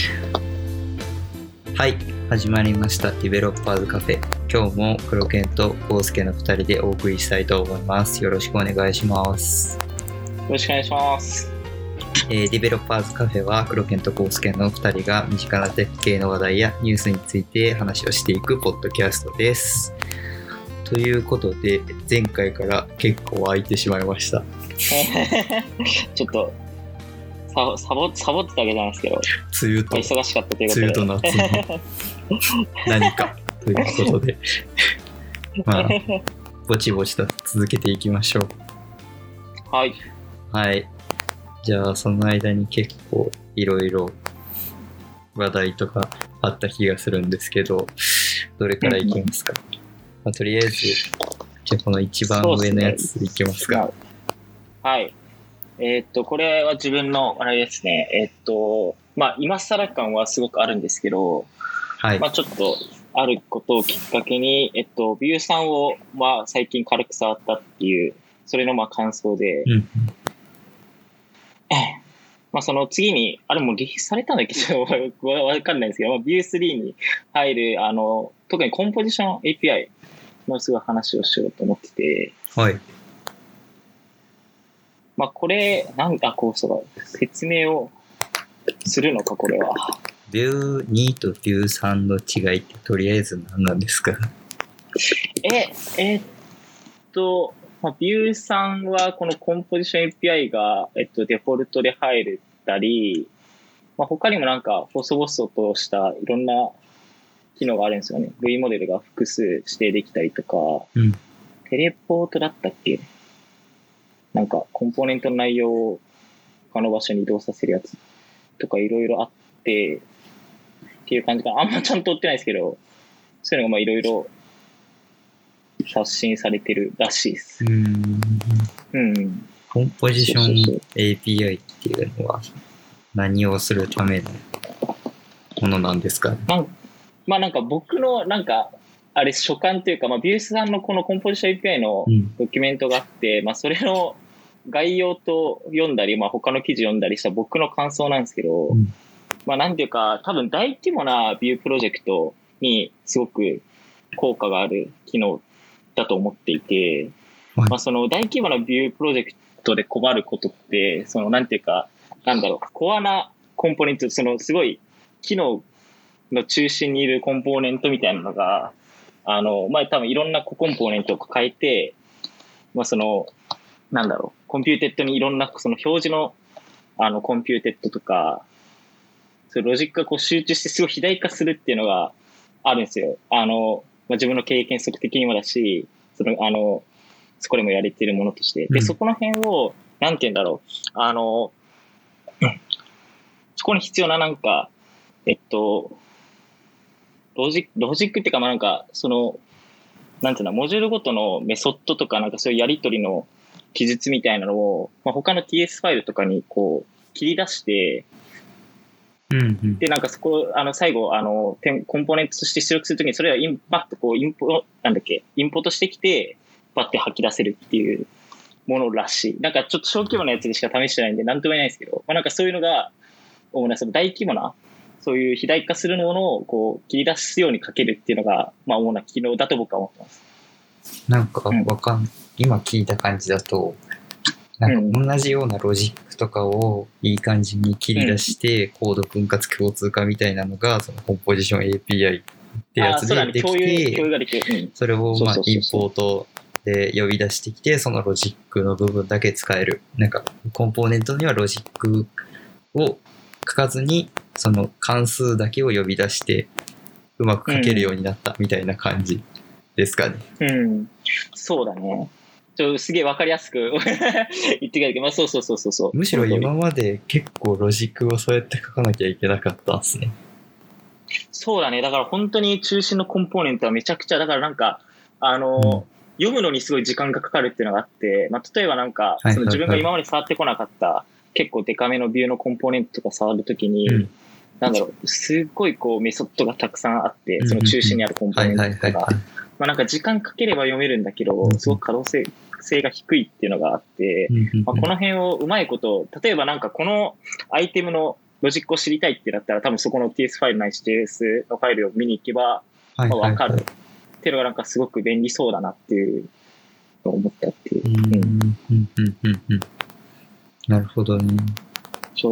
はい、始まりましたディベロッパーズカフェ。今日も黒犬とコウスケの2人でお送りしたいと思います。よろしくお願いします。 よろしくお願いします。 ディベロッパーズカフェは黒犬とコウスケの2人が身近なテック系の話題やニュースについて話をしていくポッドキャストです。ということで前回から結構空いてしまいました。 ちょっとサボってたわけじゃないですけど、 梅雨と忙しかったということで、 梅雨と夏の何かということでまあぼちぼちと続けていきましょう。 はい。 はい。じゃあその間に結構いろいろ話題とかあった気がするんですけど、どれからいきますか？まあ、とりあえずじゃあこの一番上のやついきますか。 はい。これは自分のあれですね。まあ今更感はすごくあるんですけど、 はい。 まあちょっとあることをきっかけにビューさんをまあ最近軽く触ったっていうそれのまあ感想で。まあその次に、あれもリリースされたんだっけちょっとわかんないんですけど、Vue 3に入る、特にコンポジション API のすごい話をしようと思ってて、 はい。 まあこれ、こうそう説明をするのか、これは。 Vue 2と Vue 3の違いってとりあえず何なんですか？ まあ、Vue さんはこのコンポジション API が、デフォルトで入ったり、まあ、他にもなんか細々としたいろんな機能があるんですよね。V モデルが複数指定できたりとか、テレポートだったっけ？なんかコンポーネントの内容を他の場所に移動させるやつとかいろいろあってっていう感じかな。あんまちゃんと追ってないですけど、そういうのがまあいろいろ刷新されてるらしいです。 コンポジション API っていうのは何をするためのものなんですかね？ まあなんか僕のなんかあれ所感というか、まあビュースさんのこのコンポジション API のドキュメントがあって、まあそれの概要と読んだり、まあ他の記事読んだりした僕の感想なんですけど、まあなんていうか多分大規模なビュープロジェクトにすごく効果がある機能だと思っていて、まあその大規模なビュープロジェクトで困ることって、そのなんていうか、コアなコンポーネント、そのすごい機能の中心にいるコンポーネントみたいなのが、まあ多分いろんなコンポーネントを抱えて、まあその、コンピューテッドにいろんなその表示のコンピューテッドとか、そういうロジックがこう集中してすごい肥大化するっていうのがあるんですよ。まあ、自分の経験則的にもだし、そこでもやれてるものとして。で、そこの辺を、なんて言うんだろう。そこに必要ななんか、ロジックっていうか、まあなんか、その、なんていうの、モジュールごとのメソッドとか、なんかそういうやり取りの記述みたいなのを、まあ、他の TS ファイルとかにこう、切り出して、で、なんかそこ、最後、コンポーネントとして出力するときに、それをバッとこう、インポートしてきて、バッて吐き出せるっていうものらしい。なんかちょっと小規模なやつでしか試してないんで、なんとも言えないですけど、まあなんかそういうのが、主なその大規模な、そういう肥大化するものをこう切り出すようにかけるっていうのが、まあ主な機能だと僕は思ってます。 なんか今聞いた感じだと、なんか同じようなロジックとかをいい感じに切り出して、コード分割共通化みたいなのが、そのコンポジション API ってやつでできて、それをまあインポートで呼び出してきて、そのロジックの部分だけ使える。なんかコンポーネントにはロジックを書かずに、その関数だけを呼び出してうまく書けるようになったみたいな感じですかね。 そうだね。すげえ分かりやすく言ってくれるけど、まあそう。 むしろ今まで結構ロジックをそうやって書かなきゃいけなかったんですね。 そうだね。だから本当に中心のコンポーネントはめちゃくちゃ、だからなんか、読むのにすごい時間がかかるっていうのがあって、まあ例えばなんか、その自分が今まで触ってこなかった結構デカめのビューのコンポーネントとか触るときに、すっごいこうメソッドがたくさんあって、その中心にあるコンポーネントとか、まあなんか時間かければ読めるんだけど、すごく可動性が低いっていうのがあって、まあ、この辺をうまいこと、例えばなんかこのアイテムのロジックを知りたいってなったら、多分そこの TS ファイルないし JS のファイルを見に行けば、まあ、分かるっていうのがなんかすごく便利そうだなっていうのを思ったっていう。 なるほどね。 そう。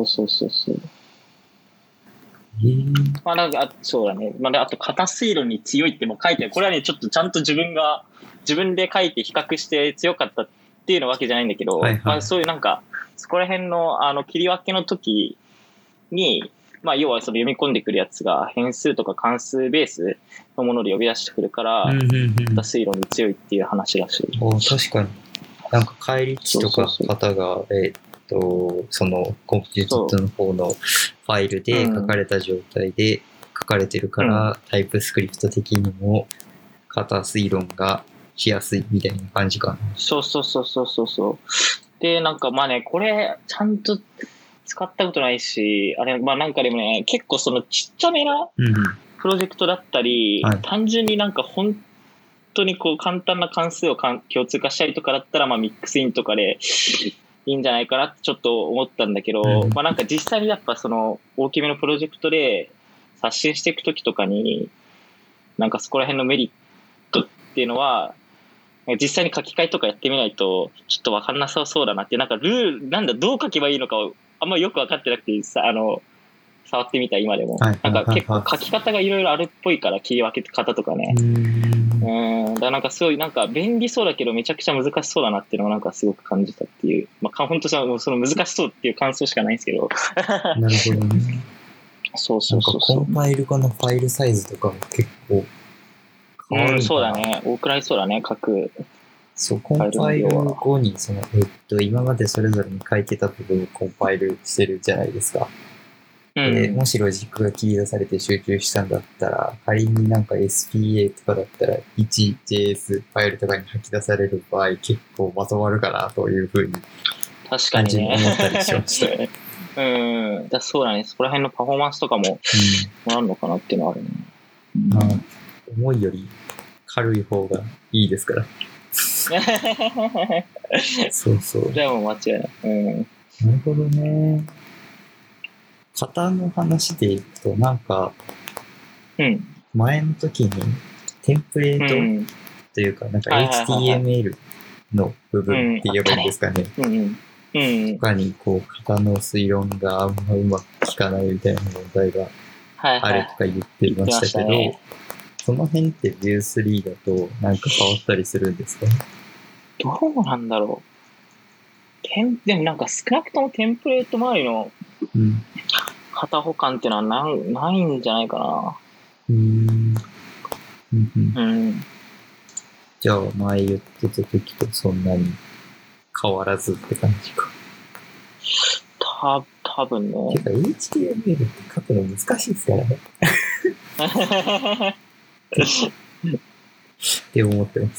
まあなんか、そうだね。まああと、型推論に強いっても書いてある。これはね、ちょっとちゃんと自分で書いて比較して強かったっていうのわけじゃないんだけど、まあそういうなんか、そこら辺の切り分けの時に、まあ要はその読み込んでくるやつが変数とか関数ベースのもので呼び出してくるから、型推論に強いっていう話らしい。 確かに。なんか返り値とか型が、そのコンピューターの方のファイルで書かれた状態で書かれてるから、タイプスクリプト的にも型推論がしやすいみたいな感じかな。 そう。で、なんかまあね、これちゃんと使ったことないし、あれ、まあなんかでもね、結構そのちっちゃめなプロジェクトだったり、単純になんか本当にこう簡単な関数を共通化したりとかだったら、まあミックスインとかでいいんじゃないかなってちょっと思ったんだけど、まあなんか実際にやっぱその大きめのプロジェクトで刷新していくときとかに、なんかそこら辺のメリットっていうのは、実際に書き換えとかやってみないとちょっと分かんなさそうだなって、なんかルールなんだどう書けばいいのかをあんまよく分かってなくてさ、触ってみた今でも、なんか結構書き方がいろいろあるっぽいから、切り分け方とかね、だからなんかすごいなんか便利そうだけどめちゃくちゃ難しそうだなっていうのをなんかすごく感じたっていう、まあ本当その難しそうっていう感想しかないんですけど。 なるほどね。 そう。 コンパイル後のファイルサイズとかも結構変わる。 そうだね。多くなりそうだね、各。 そう、コンパイル後にその今までそれぞれに書いてた部分をコンパイルしてるじゃないですか。もしロジックが切り出されて集中したんだったら、仮になんか SPA とかだったら 1JS ファイルとかに吐き出される場合結構まとまるかなというふうに単純に思ったりしました。 だそうだね。そこら辺のパフォーマンスとかもあるのかなっていうのはあるね。 重いより軽い方がいいですから。そう。 じゃあもう間違いない。 なるほどね。型の話でいくと、なんか、前の時にテンプレートというか、なんか HTML の部分って言えばいいんですかね。とかにこう型の推論があんまうまく効かないみたいな問題があるとか言ってましたけど、その辺ってビュー3だとなんか変わったりするんですか？ どうなんだろう。でもなんか少なくともテンプレート周りの型保管っていうのはないんじゃないかな。 じゃあ前言ってた時とそんなに変わらずって感じか。 多分ね。 てか HTML って書くの難しいですからね。って思ってます。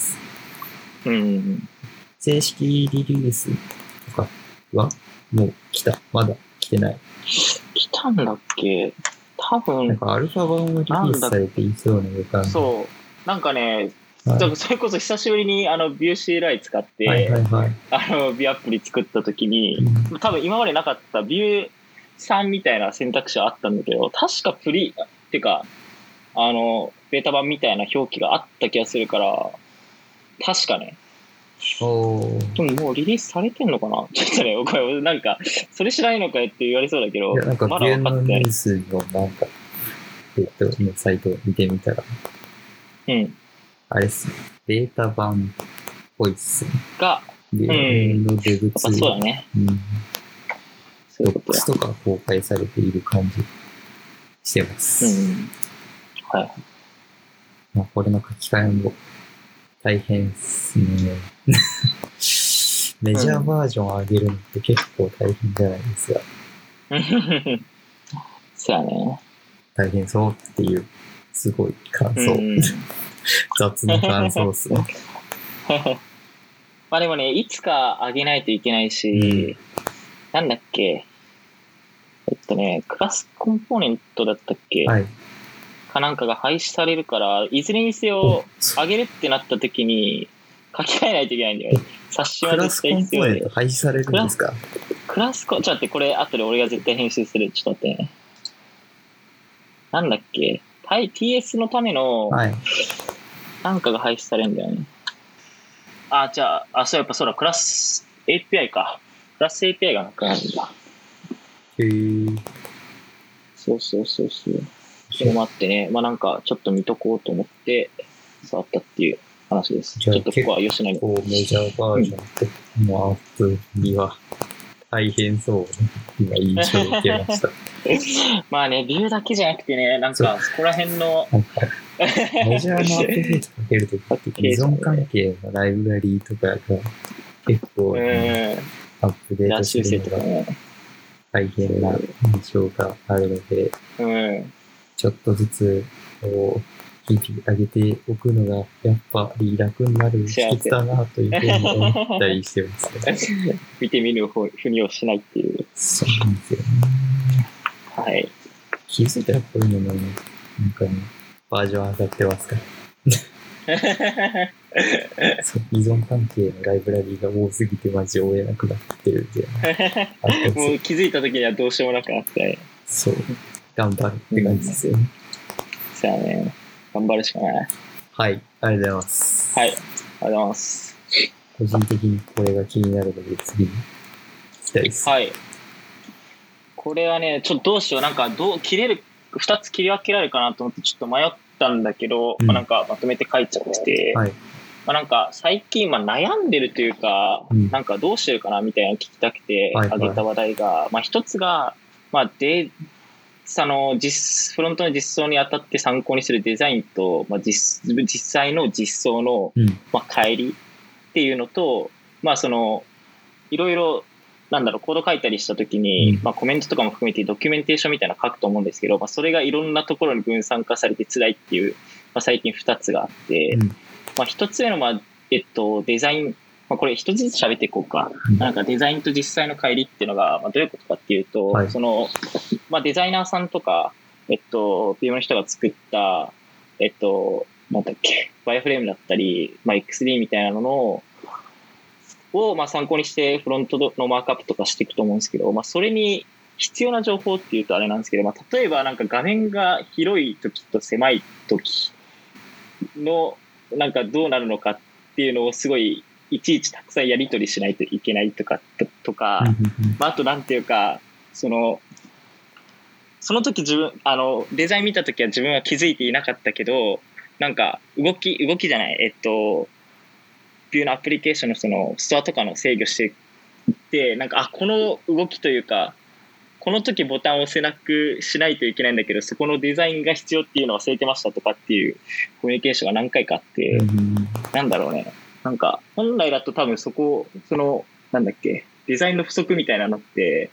正式リリースとかはもう来た？まだ来てない？ 来たんだっけ？多分。 なんかアルファ版もリリースされていそうな予感。 そう。なんかね、それこそ久しぶりにビュー CLI 使って、ビューアプリ作った時に、多分今までなかったビュー3みたいな選択肢はあったんだけど、確かってか、ベータ版みたいな表記があった気がするから、確かね。でももうリリースされてんのかな？ちょっとね、これなんか、それ知らないのかよって言われそうだけど、 なんかまだ分かってない。 ビューのニュースのなんか、のサイト見てみたら、あれっすね、ベータ版っぽいっすね。ビューのデブツール。 そうだね。 ドックスとか公開されている感じしてます。 はい。 まあ、これの書き換えも大変っすね。メジャーバージョン上げるのって結構大変じゃないですか。 そうやね。 大変そうっていう、すごい感想。雑な感想っすね。 まあでもね、いつか上げないといけないし、なんだっけ、クラスコンポーネントだったっけ、かなんかが廃止されるから、いずれにせよ上げるってなった時に書き換えないといけないんだよね。冊子は絶対必要で。 クラスコンポーネント廃止されるんですか？ クラスコ、ちょっと待って、これ後で俺が絶対編集する。ちょっと待ってね。なんだっけ、TS のための、なんかが配信されるんだよね。じゃあ、そう、やっぱそうだ、クラス API か。クラス API がなくなるんだ。そう。それもあってね、まあなんかちょっと見とこうと思って触ったっていう話です。ちょっとここは吉野に。 メジャーバージョンってもうアップには大変そう今印象を受けました。 まあね、ビューだけじゃなくてね、なんかそこら辺のメジャーのアップデートかけるとき依存関係のライブラリーとかが結構、アップデートするのが大変な印象があるので、ちょっとずつこう日々上げておくのがやっぱり楽になる秘訣だなというふうに思ったりしてますね。 見てみるふにをしないっていう。 そうなんですよね。 はい。 気づいたらこういうのもなんかね、バージョン上がってますから。そう、依存関係のライブラリーが多すぎてマジ追えなくなってるんで。 もう気づいた時にはどうしようもなくなって。 そう。頑張るって感じですよね。 そうやね。頑張るしかない。 はい。ありがとうございます。 はい。ありがとうございます。 個人的にこれが気になるので次に聞きたいです。 はい。これはね、ちょっとどうしよう。なんか2つ切り分けられるかなと思ってちょっと迷ったんだけど、なんかまとめて書いちゃってて、なんか最近悩んでるというか、なんかどうしてるかなみたいなの聞きたくて挙げた話題が、一つが、フロントの実装にあたって参考にするデザインと、実際の実装の、乖離っていうのと、いろいろコード書いたりしたときに、コメントとかも含めてドキュメンテーションみたいなの書くと思うんですけど、それがいろんなところに分散化されて辛いっていう、最近2つがあって、1つ目の、デザイン、これ1つずつ喋っていこうか。なんかデザインと実際の乖離っていうのが、どういうことかっていうと、デザイナーさんとか、PM の人が作った、なんだっけ、ワイヤーフレームだったり、XD みたいなのを参考にしてフロントのマークアップとかしていくと思うんですけど、それに必要な情報っていうとあれなんですけど、例えばなんか画面が広い時と狭い時のなんかどうなるのかっていうのをすごいいちいちたくさんやり取りしないといけないとか、あとなんていうか、その時自分デザイン見た時は自分は気づいていなかったけど、なんか動きじゃないビューのアプリケーションのそのストアとかの制御していって、なんかこの動きというかこの時ボタンを押せなくしないといけないんだけど、そこのデザインが必要っていうのを忘れてましたとかっていうコミュニケーションが何回かあって、なんだろうね、なんか本来だと多分なんだっけ、デザインの不足みたいなのって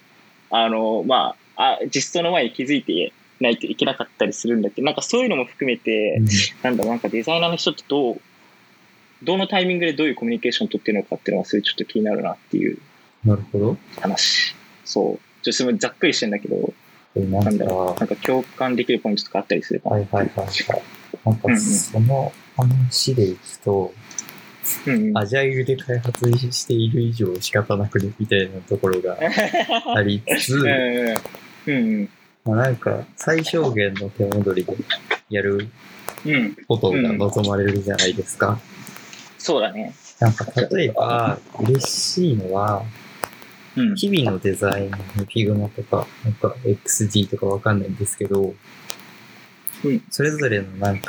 実装の前に気づいてないといけなかったりするんだけど、なんかそういうのも含めて、なんかデザイナーの人ってどのタイミングでどういうコミュニケーションを取ってるのかっていうのがすごいちょっと気になるなっていう話。そう。ちょっとざっくりしてんだけど、なんか共感できるポイントとかあったりするかな。 なんかその話でいくと、アジャイルで開発している以上仕方なくねみたいなところがありつつ、なんか最小限の手戻りでやることが望まれるじゃないですか。 そうだね。 なんか例えば嬉しいのは、日々のデザインの Figma とか、なんか XD とかわかんないんですけど、それぞれの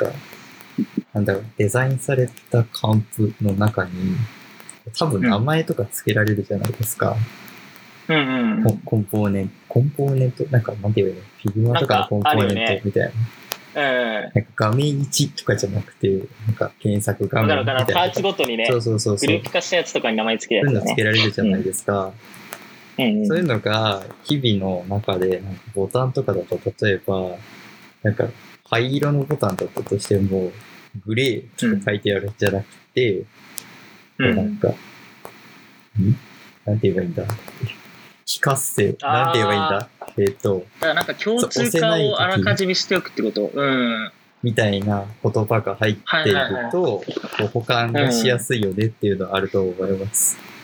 デザインされたカンプの中に、多分名前とか付けられるじゃないですか。コンポーネント、なんて言えばいいの？ Figma とかのコンポーネントみたいな。なんか画面1とかじゃなくて、なんか検索画面みたいな。 パーツごとにね、グループ化したやつとかに名前付けるやつね。 そういうの付けられるじゃないですか。そういうのが日々の中で、なんかボタンとかだと、例えば、なんか灰色のボタンだったとしても、グレーとか書いてあるんじゃなくて、なんか、なんて言えばいいんだ。非活性、なんて言えばいいんだ。 だからなんか共通化をあらかじめしておくってこと。 みたいな言葉が入っていると、保管がしやすいよねっていうのはあると思います。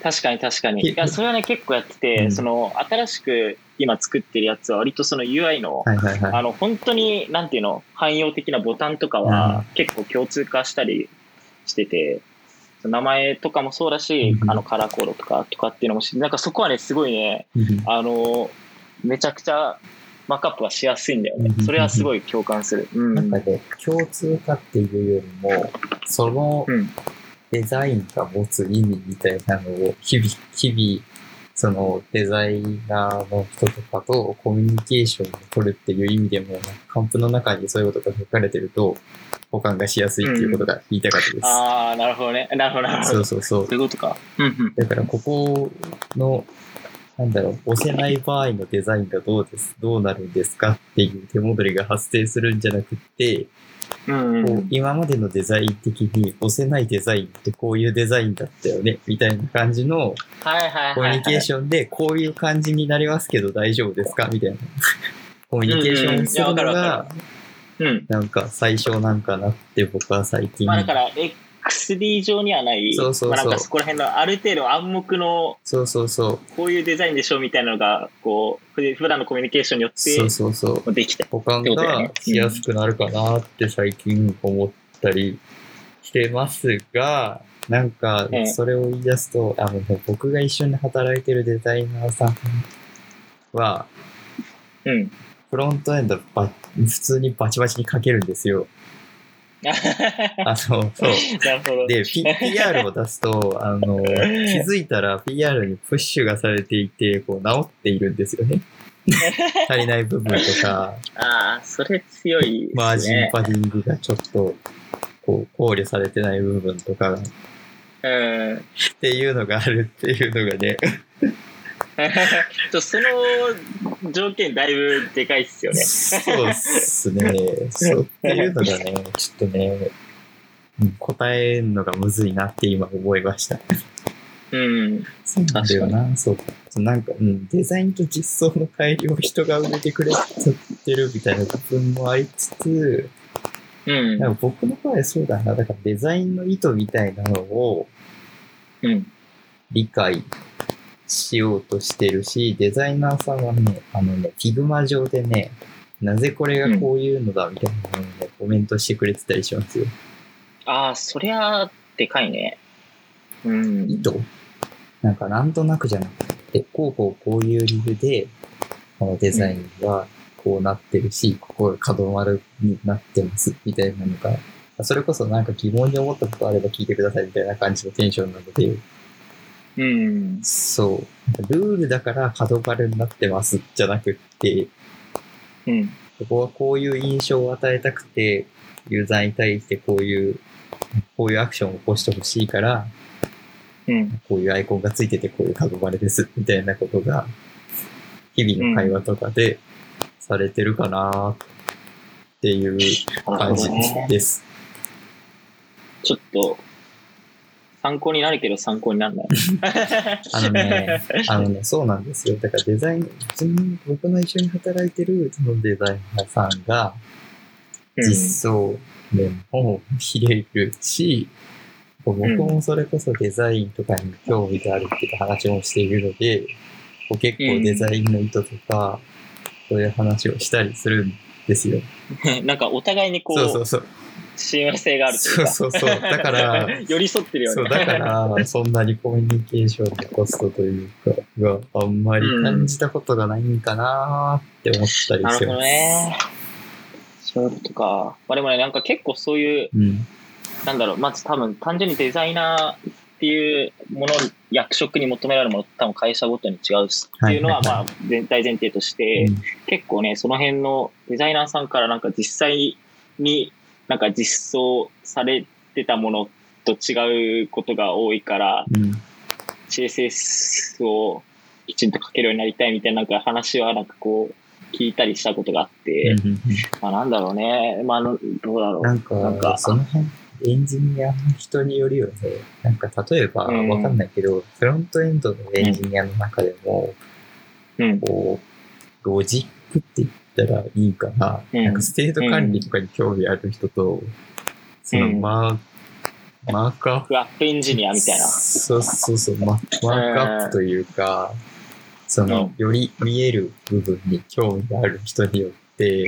確かに確かに。いや、それはね、結構やってて、その、新しく今作ってるやつは割とその UI の、本当に、なんていうの、汎用的なボタンとかは結構共通化したりしてて、名前とかもそうだし、カラーコードとかっていうのもなんかそこはね、すごいね、めちゃくちゃマークアップはしやすいんだよね。それはすごい共感する。 なんかね、共通化っていうよりも、そのデザインが持つ意味みたいなのを日々、そのデザイナーの人とかとコミュニケーションを取るっていう意味でも、カンプの中にそういうことが書かれてると、保管がしやすいっていうことが言いたかったです。 ああ、なるほどね。なるほど。 そういうことか。 だからここの、押せない場合のデザインがどうなるんですかっていう手戻りが発生するんじゃなくて、こう今までのデザイン的に押せないデザインってこういうデザインだったよねみたいな感じのコミュニケーションでこういう感じになりますけど大丈夫ですかみたいなコミュニケーションをするのがなんか最初なんかなって僕は最近。 まあだから XD 上にはない、なんかそこら辺のある程度暗黙のこういうデザインでしょみたいなのがこう普段のコミュニケーションによってできた保管がしやすくなるかなって最近思ったりしてますが、なんかそれを言い出すと僕が一緒に働いてるデザイナーさんはフロントエンド普通にバチバチに書けるんですよ。そう。で、PR を出すと、気づいたら PR にプッシュがされていて、こう、直っているんですよね。足りない部分とか。 ああ、それ強いですね。 マージンパディングがちょっと、こう、考慮されてない部分とか、っていうのがあるっていうのがね。 その条件だいぶでかいっすよね。 そうっすね。そうっていうのがね、ちょっとね、答えるのがむずいなって今思いました。そうなんだよな。そう。なんか、デザインと実装の改良を人が埋めてくれてるみたいな部分もありつつ、なんか僕の場合そうだな。だからデザインの意図みたいなのを理解しようとしてるし、デザイナーさんはね、Figma 上でね、なぜこれがこういうのだみたいなのをね、コメントしてくれてたりしますよ。 ああ、そりゃでかいね。 意図なんかなんとなくじゃなくて、こういう理由で、このデザインはこうなってるし、ここが角丸になってますみたいなのが、それこそなんか疑問に思ったことあれば聞いてくださいみたいな感じのテンションなので、そう。ルールだから角丸になってますじゃなくって、ここはこういう印象を与えたくて、ユーザーに対してこういうアクションを起こしてほしいから、こういうアイコンがついててこういう角丸ですみたいなことが、日々の会話とかでされてるかなっていう感じです。 ちょっと、参考になるけど参考にならない。 そうなんですよ。だからデザイン、僕の一緒に働いてるそのデザイナーさんが、実装面も見れるし、僕もそれこそデザインとかに興味があるっていう話もしているので、結構デザインの意図とか、そういう話をしたりするんですよ。 なんかお互いにこう、親和性があるというか。 そう。だから、 寄り添ってるよね。 そう、だから、そんなにコミュニケーションのコストというか、があんまり感じたことがないんかなって思ったりする。 なるほどね。そういうことか。まあでもね、なんか結構そういう、なんだろう、まず多分単純にデザイナーっていうもの、役職に求められるもの多分会社ごとに違うっていうのは、まあ大前提として、結構ね、その辺のデザイナーさんからなんか実際になんか実装されてたものと違うことが多いから、CSS をきちんと書けるようになりたいみたいななんか話はなんかこう聞いたりしたことがあって、まあなんだろうね、まあどうだろう。 なんかその辺エンジニアの人によるよね。なんか例えばわかんないけど、フロントエンドのエンジニアの中でも、こうロジックって言ったらいいかな、なんかステート管理とかに興味ある人と、そのマークアップ。 アップエンジニアみたいな。 そうそうそう、マークアップというか、より見える部分に興味がある人によって、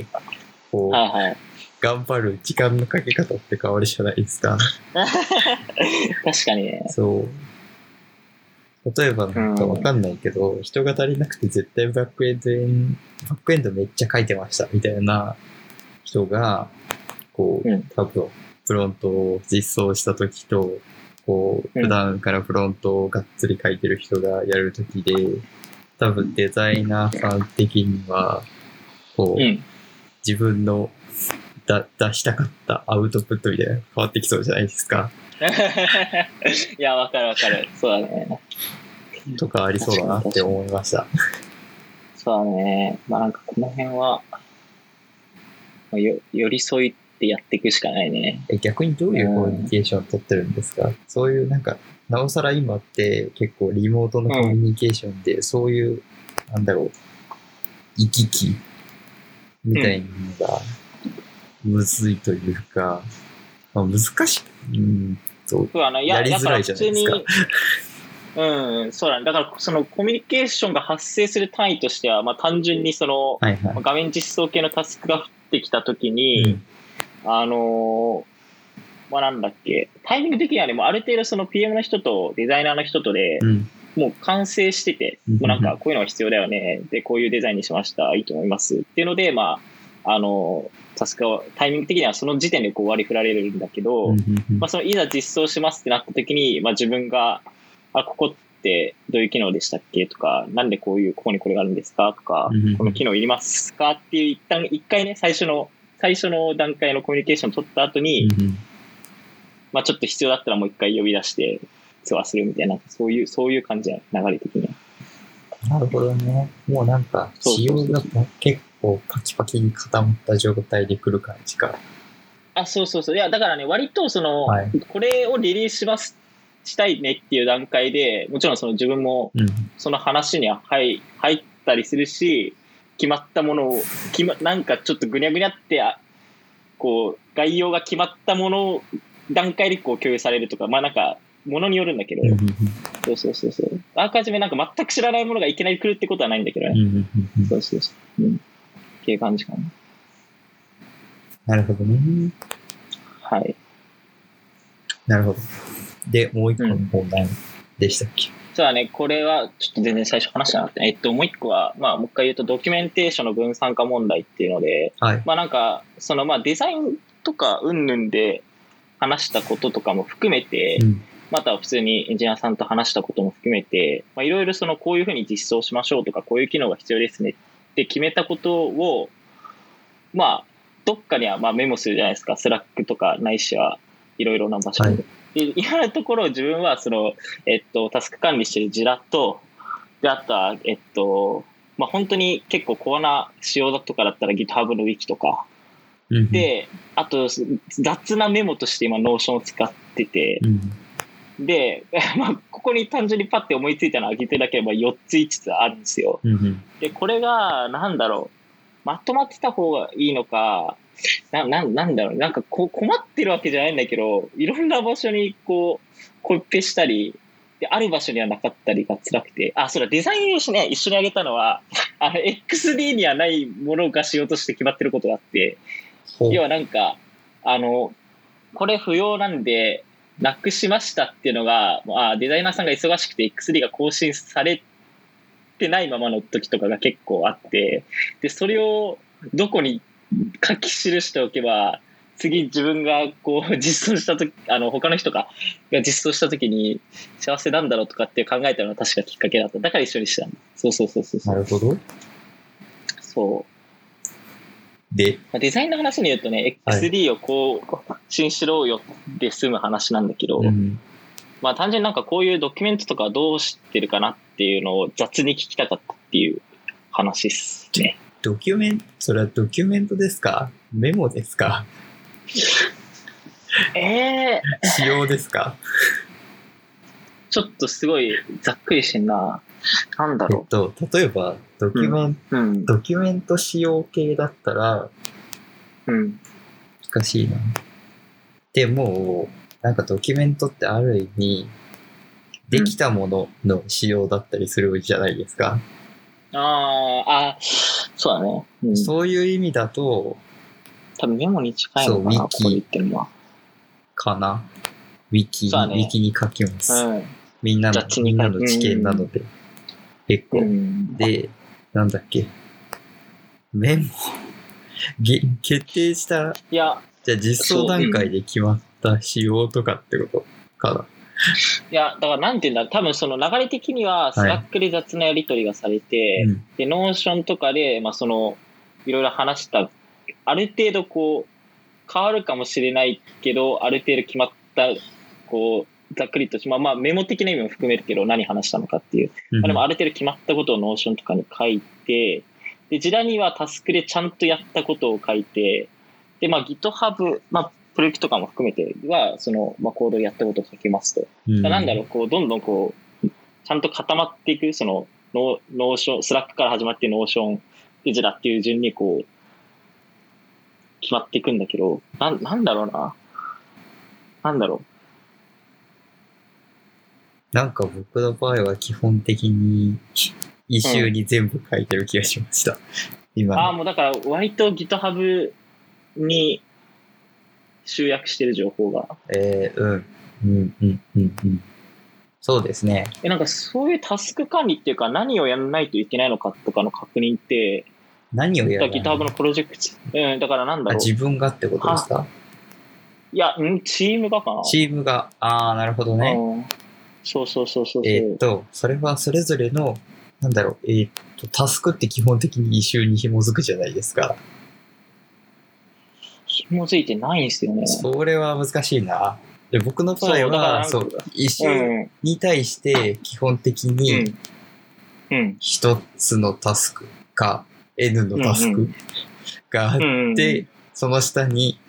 こう、 はいはい、 頑張る時間のかけ方って変わるじゃないですか。 確かにね。 そう。例えばなんかわかんないけど、人が足りなくて絶対バックエンドめっちゃ書いてましたみたいな人が、こう、多分、フロントを実装したときと、こう、普段からフロントをがっつり書いてる人がやるときで、多分デザイナーさん的には、こう、自分の出したかったアウトプットみたいなの変わってきそうじゃないですか。 いや、わかるわかる。そうだね。 とかありそうだなって思いました。 そうだね。まあなんかこの辺は、寄り添いってやっていくしかないね。 逆にどういうコミュニケーションを取ってるんですか？そういうなんか、なおさら今って結構リモートのコミュニケーションで、そういう、なんだろう、行き来みたいなのがむずいというか、まあ、難しい、そうやりづらいじゃないですか。 そうだね。だからそのコミュニケーションが発生する単位としては、まあ単純にその、画面実装系のタスクが降ってきたときに、まあなんだっけ、タイミング的にはね、もうある程度その PM の人とデザイナーの人とで、もう完成してて、もうなんかこういうのが必要だよね。で、こういうデザインにしました。いいと思います。っていうので、まあ、タスクはタイミング的にはその時点でこう割り振られるんだけど、まあそのいざ実装しますってなった時に、まあ自分が、ここってどういう機能でしたっけとか、なんでここにこれがあるんですかとか、この機能いりますかっていう一回ね、最初の段階のコミュニケーションを取った後に、まあちょっと必要だったらもう一回呼び出してツアーするみたいな、そういう感じな流れ的に。 なるほどね。もうなんか、仕様が結構パキパキに固まった状態で来る感じか。 そうそうそう。いや、だからね、割とこれをリリースしたいねっていう段階で、もちろんその自分もその話には入ったりするし、決まったものを、なんかちょっとぐにゃぐにゃって、こう、概要が決まったものを段階でこう共有されるとか、まあなんか、ものによるんだけど、そう。あらかじめなんか全く知らないものがいきなり来るってことはないんだけどね。そう。っていう感じかな。 なるほどね。 はい。 なるほど。で、もう一個の方何でしたっけ？ そうだね、これはちょっと全然最初話してなかったね。もう一個は、まあもう一回言うとドキュメンテーションの分散化問題っていうので、まあなんか、まあデザインとか云々で話したこととかも含めて、または普通にエンジニアさんと話したことも含めて、まあいろいろこういうふうに実装しましょうとか、こういう機能が必要ですねって決めたことを、まあ、どっかにはまあメモするじゃないですか。スラックとかないしはいろいろな場所に。で今のところ自分はタスク管理してるジラと、で、あとは、まあ、本当に結構コアな仕様だとかだったら GitHub の Wiki とか、で、あと雑なメモとして今 Notion を使ってて、で、まあ、ここに単純にパッて思いついたのを挙げてだければ4つ5つあるんですよ。で、これが、なんだろう、まとまってた方がいいのか、なんだろう、なんか困ってるわけじゃないんだけど、いろんな場所にコピペしたり、で、ある場所にはなかったりが辛くて、そうだ、デザインを一緒に挙げたのは、XD にはないものがしようとして決まってることがあって、要はなんか、これ不要なんで、なくしましたっていうのが、デザイナーさんが忙しくて XD が更新されてないままの時とかが結構あって、で、それをどこに書き記しておけば、次自分が実装した時、他の人が実装した時に幸せなんだろうとかって考えたのが確かきっかけだった。だから一緒にしたんだ。そう。 なるほど。 そう。で、デザインの話に言うとね、XD を更新しろよで済む話なんだけど、まあ単純になんかこういうドキュメントとかどうしてるかなっていうのを雑に聞きたかったっていう話ですね。 それはドキュメントですか？メモですか？仕様ですか？ ちょっとすごいざっくりしてんな。なんだろう。例えばドキュメント仕様系だったら、難しいな。でもなんかドキュメントってある意味、できたものの仕様だったりするじゃないですか。 そうだね。 うん、そういう意味だと、 多分メモに近いのかな、ここで言ってるのは。 かな。ウィキに書きます。みんなの知見なので。結構。で、なんだっけ。メモ決定した、じゃあ実装段階で決まった仕様とかってことかな。 いや、だからなんていうんだ、多分その流れ的にはスラックで雑なやり取りがされて、で、ノーションとかで、まあその、いろいろ話した、ある程度こう、変わるかもしれないけど、ある程度決まった、こう、ざっくりと、まあメモ的な意味も含めるけど、何話したのかっていう。でもある程度決まったことをノーションとかに書いて、で、ジラにはタスクでちゃんとやったことを書いて、で、まあ GitHub、まあ、プロジェクトとかも含めては、その、まあ、コードをやったことを書きますと。なんだろう、こう、どんどんこう、ちゃんと固まっていく、その、ノーション、スラックから始まってノーション、で、ジラっていう順にこう、決まっていくんだけど、なんだろうな。なんだろう。 なんか僕の場合は基本的に、一周に全部書いてる気がしました。今。 もうだから、割と GitHub に、集約してる情報が。 そうですね。 なんかそういうタスク管理っていうか、何をやらないといけないのかとかの確認って、 何をやらない GitHub のプロジェクト、だからなんだろう。 自分がってことですか？ いや、チームがかな。 チームが、なるほどね。 そう。 それはそれぞれの、なんだろう、タスクって基本的に異臭に紐づくじゃないですか。 紐づいてないんですよね。 それは難しいな。で僕の場合は、異臭に対して基本的に、一つのタスクか、N のタスクがあって、その下に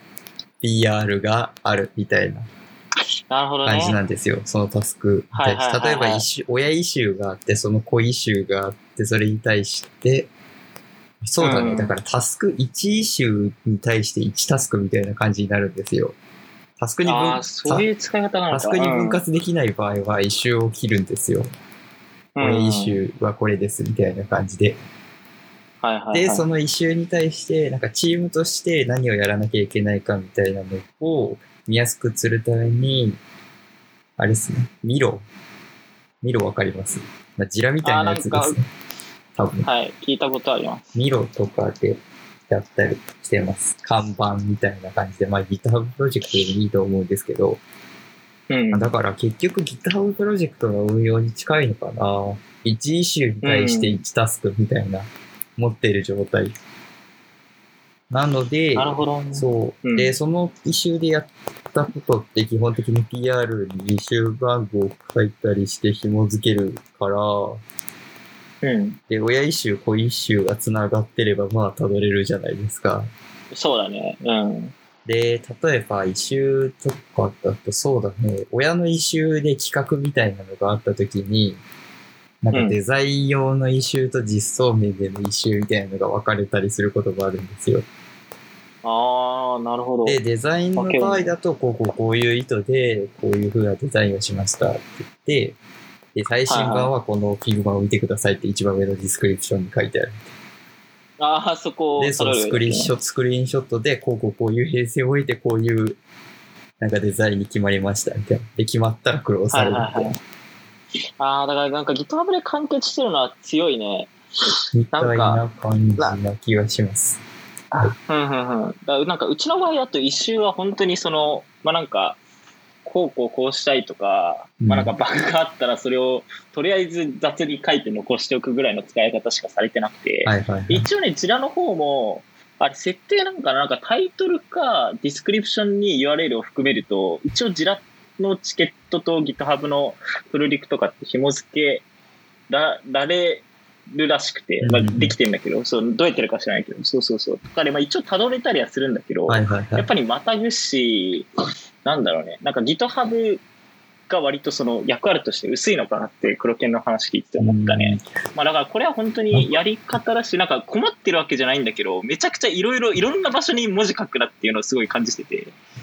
PR があるみたいな感じなんですよ。そのタスクに対して。例えば、親イシューがあって、その子イシューがあって、それに対して、そうだね。だからタスク1イシューに対して1タスクみたいな感じになるんですよ。 そういう使い方なのか。 タスクに分割できない場合はイシューを切るんですよ。親イシューはこれですみたいな感じで。で、そのイシューに対して、なんかチームとして何をやらなきゃいけないかみたいなのを見やすくするために、あれですね。ミロわかります？ジラみたいなやつですね。多分。 はい、聞いたことあります。 ミロとかでやったりしてます。看板みたいな感じで、GitHub プロジェクトでもいいと思うんですけど、だから結局 GitHub プロジェクトの運用に近いのかな。1イシューに対して1タスクみたいな、持っている状態。なので、 なるほどね、 そう。で、そのイシューでやったことって基本的に PR にイシュー番号を書いたりして紐付けるから、で、親イシュー、子イシューが繋がってれば、たどれるじゃないですか。 そうだね。 で、例えば、イシューとかだと、そうだね、親のイシューで企画みたいなのがあったときに、なんかデザイン用のイシューと実装面でのイシューみたいなのが分かれたりすることもあるんですよ。 なるほど。 で、デザインの場合だと、こういう意図で、こういう風なデザインをしましたって言って、で、最新版はこのフィグマを見てくださいって一番上のディスクリプションに書いてある。 そこで、そのスクリーンショットで、こういう編成を置いて、こういう、なんかデザインに決まりましたみたいな。で、決まったらクローズされるみたいな。 だからなんか GitHub で完結してるのは強いね。 みたいな感じな気がします。 なんかうちの場合だと一周は本当にその、なんか、こうしたいとか、なんかバグがあったらそれをとりあえず雑に書いて残しておくぐらいの使い方しかされてなくて、一応ね、ジラの方も、あれ設定なんかタイトルかディスクリプションに URL を含めると、一応ジラのチケットと GitHub のプロリクとかって紐付けられるらしくて、できてんだけど、どうやってるか知らないけど、とかで、一応辿れたりはするんだけど、やっぱりまたぐし、なんだろうね、なんか GitHub が割とその役割として薄いのかなって黒犬の話聞いてて思ったね。だからこれは本当にやり方だし、なんか困ってるわけじゃないんだけど、めちゃくちゃいろんな場所に文字書くなっていうのをすごい感じてて。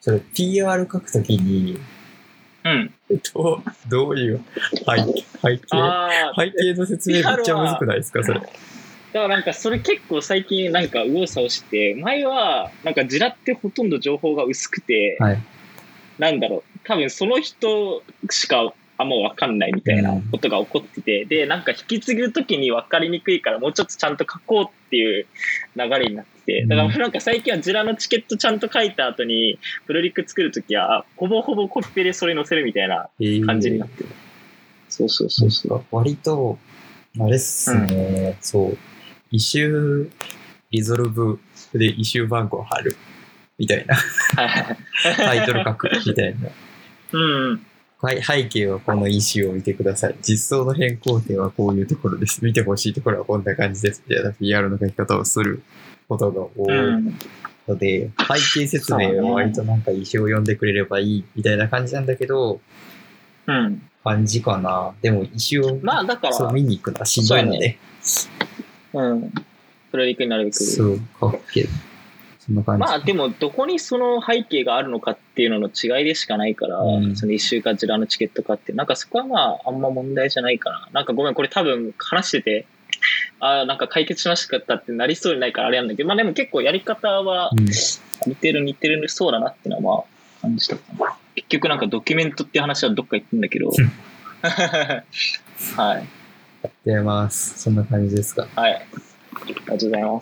それ PR 書くときに、 うん。 どういう背景の説明めっちゃむずくないですか、それ。 だからなんかそれ結構最近なんか右往左往して、前はなんかジラってほとんど情報が薄くて、 はい、 なんだろう、多分その人しかあんま分かんないみたいなことが起こってて、で、なんか引き継ぐときに分かりにくいからもうちょっとちゃんと書こうっていう流れになってて、だからなんか最近はジラのチケットちゃんと書いた後にプロリック作るときはほぼほぼコピペでそれ載せるみたいな感じになってる。そうそうそうそう。 割と、あれっすね、そう。イシューリゾルブでイシュー番号貼るみたいな。タイトル書くみたいな。 うん。 背景はこのイシューを見てください。実装の変更点はこういうところです。見てほしいところはこんな感じです。みたいな PR の書き方をすることが多いので、背景説明は割となんかイシューを読んでくれればいいみたいな感じなんだけど、感じかな。でもイシューを、 まあだからそう見に行くのはしんどいので。 プロリクになるべく。 そう、かっけえ。そんな感じ。 まあでもどこにその背景があるのかっていうのの違いでしかないから、その一週間ジラのチケットかってなんかそこはまああんま問題じゃないかな。なんかごめんこれ多分話しててなんか解決しましたってなりそうにないからあれなんだけど、まあでも結構やり方は似てるそうだなっていうのはまあ感じたかな。結局なんかドキュメントっていう話はどっか行ってんだけどはい。 やってます。そんな感じですか。 はい。ありがとうございます。